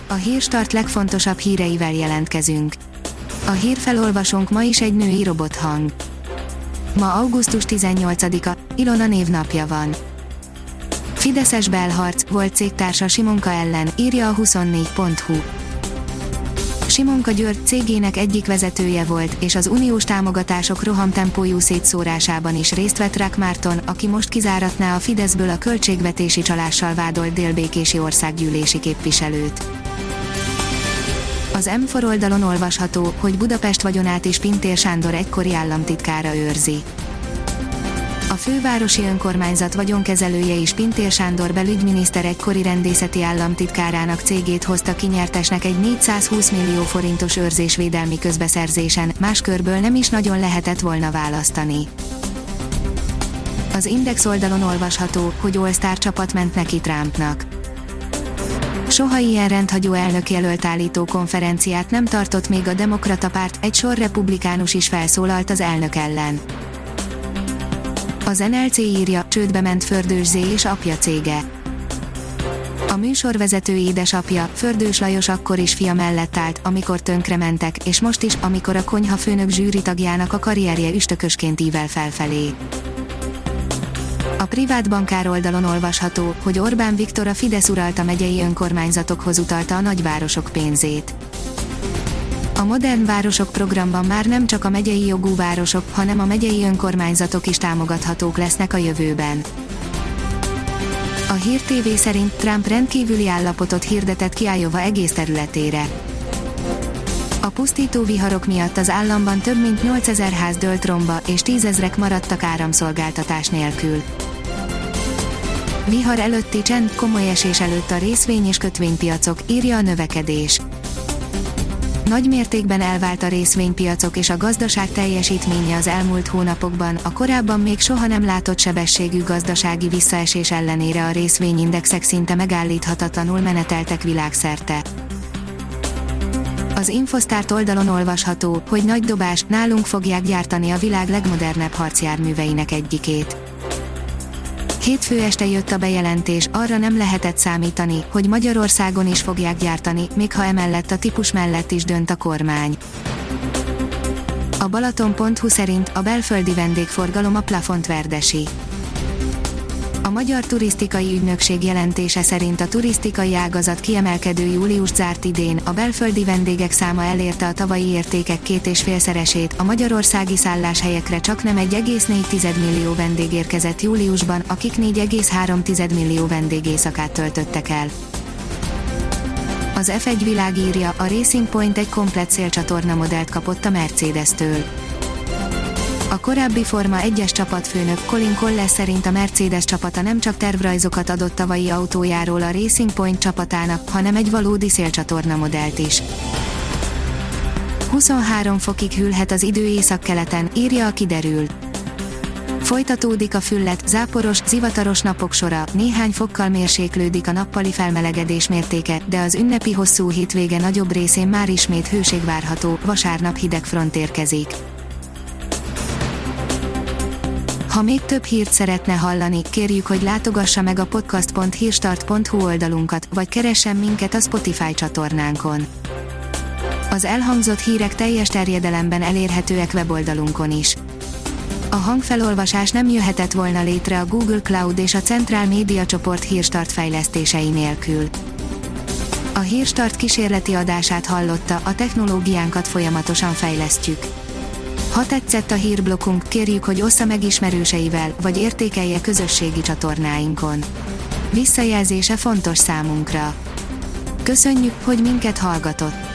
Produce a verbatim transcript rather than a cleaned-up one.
A Hírstart legfontosabb híreivel jelentkezünk. A hírfelolvasónk ma is egy női robothang. Ma augusztus tizennyolcadika, Ilona névnapja van. Fideszes belharc, volt cégtársa Simonka ellen, írja a huszonnégy pont hu. Simonka György cégének egyik vezetője volt, és az uniós támogatások rohamtempójú szétszórásában is részt vett Rak Márton, aki most kizáratná a Fideszből a költségvetési csalással vádolt délbékési országgyűlési képviselőt. Az M négy oldalon olvasható, hogy Budapest vagyonát is Pintér Sándor egykori államtitkára őrzi. A fővárosi önkormányzat vagyonkezelője is Pintér Sándor belügyminiszter egykori rendészeti államtitkárának cégét hozta ki nyertesnek egy négyszázhúsz millió forintos őrzésvédelmi közbeszerzésen, más körből nem is nagyon lehetett volna választani. Az Index oldalon olvasható, hogy All-Star csapat ment neki Trumpnak. Soha ilyen rendhagyó elnökjelölt állító konferenciát nem tartott még a Demokrata Párt, egy sor republikánus is felszólalt az elnök ellen. Az en el cé írja, csődbe ment Fördős Zé és apja cége. A műsorvezető édesapja, Fördős Lajos akkor is fia mellett állt, amikor tönkrementek, és most is, amikor a konyhafőnök zsűritagjának a karrierje üstökösként ível felfelé. A privát bankár oldalon olvasható, hogy Orbán Viktor a Fidesz uralta megyei önkormányzatokhoz utalta a nagyvárosok pénzét. A Modern Városok programban már nem csak a megyei jogú városok, hanem a megyei önkormányzatok is támogathatók lesznek a jövőben. A Hír té vé szerint Trump rendkívüli állapotot hirdetett ki Iowa egész területére. A pusztító viharok miatt az államban több mint nyolcezer ház dőlt romba, és tízezrek maradtak áramszolgáltatás nélkül. Vihar előtti csend, komoly esés előtt a részvény- és kötvénypiacok, írja a Növekedés. Nagy mértékben elvált a részvénypiacok és a gazdaság teljesítménye az elmúlt hónapokban, a korábban még soha nem látott sebességű gazdasági visszaesés ellenére a részvényindexek szinte megállíthatatlanul meneteltek világszerte. Az Infosztárt oldalon olvasható, hogy nagy dobás, nálunk fogják gyártani a világ legmodernebb harcjárműveinek egyikét. Hétfő este jött a bejelentés, arra nem lehetett számítani, hogy Magyarországon is fogják gyártani, még ha emellett a típus mellett is dönt a kormány. A Balaton pont hu szerint a belföldi vendégforgalom a plafont verdesi. A Magyar Turisztikai Ügynökség jelentése szerint a turisztikai ágazat kiemelkedő júliust zárt idén, a belföldi vendégek száma elérte a tavalyi értékek két és félszeresét, a magyarországi szálláshelyekre csaknem egy egész négy millió vendég érkezett júliusban, akik négy egész három millió vendégészakát töltöttek el. Az ef egy világ írja, a Racing Point egy komplett szélcsatorna modellt kapott a Mercedes-től. A korábbi Forma egyes csapatfőnök Colin Kolles szerint a Mercedes csapata nem csak tervrajzokat adott tavalyi autójáról a Racing Point csapatának, hanem egy valódi szélcsatorna modellt is. huszonhárom fokig hűlhet az idő északkeleten, írja a Kiderül. Folytatódik a füllet, záporos, zivataros napok sora, néhány fokkal mérséklődik a nappali felmelegedés mértéke, de az ünnepi hosszú hétvége nagyobb részén már ismét hőség várható, vasárnap hideg front érkezik. Ha még több hírt szeretne hallani, kérjük, hogy látogassa meg a podcast pont hírstart pont hu oldalunkat, vagy keressen minket a Spotify csatornánkon. Az elhangzott hírek teljes terjedelemben elérhetőek weboldalunkon is. A hangfelolvasás nem jöhetett volna létre a Google Cloud és a Centrál Média Csoport Hírstart fejlesztései nélkül. A Hírstart kísérleti adását hallotta, a technológiánkat folyamatosan fejlesztjük. Ha tetszett a hírblokkunk, kérjük, hogy ossza meg ismerőseivel, vagy értékelje közösségi csatornáinkon. Visszajelzése fontos számunkra. Köszönjük, hogy minket hallgatott!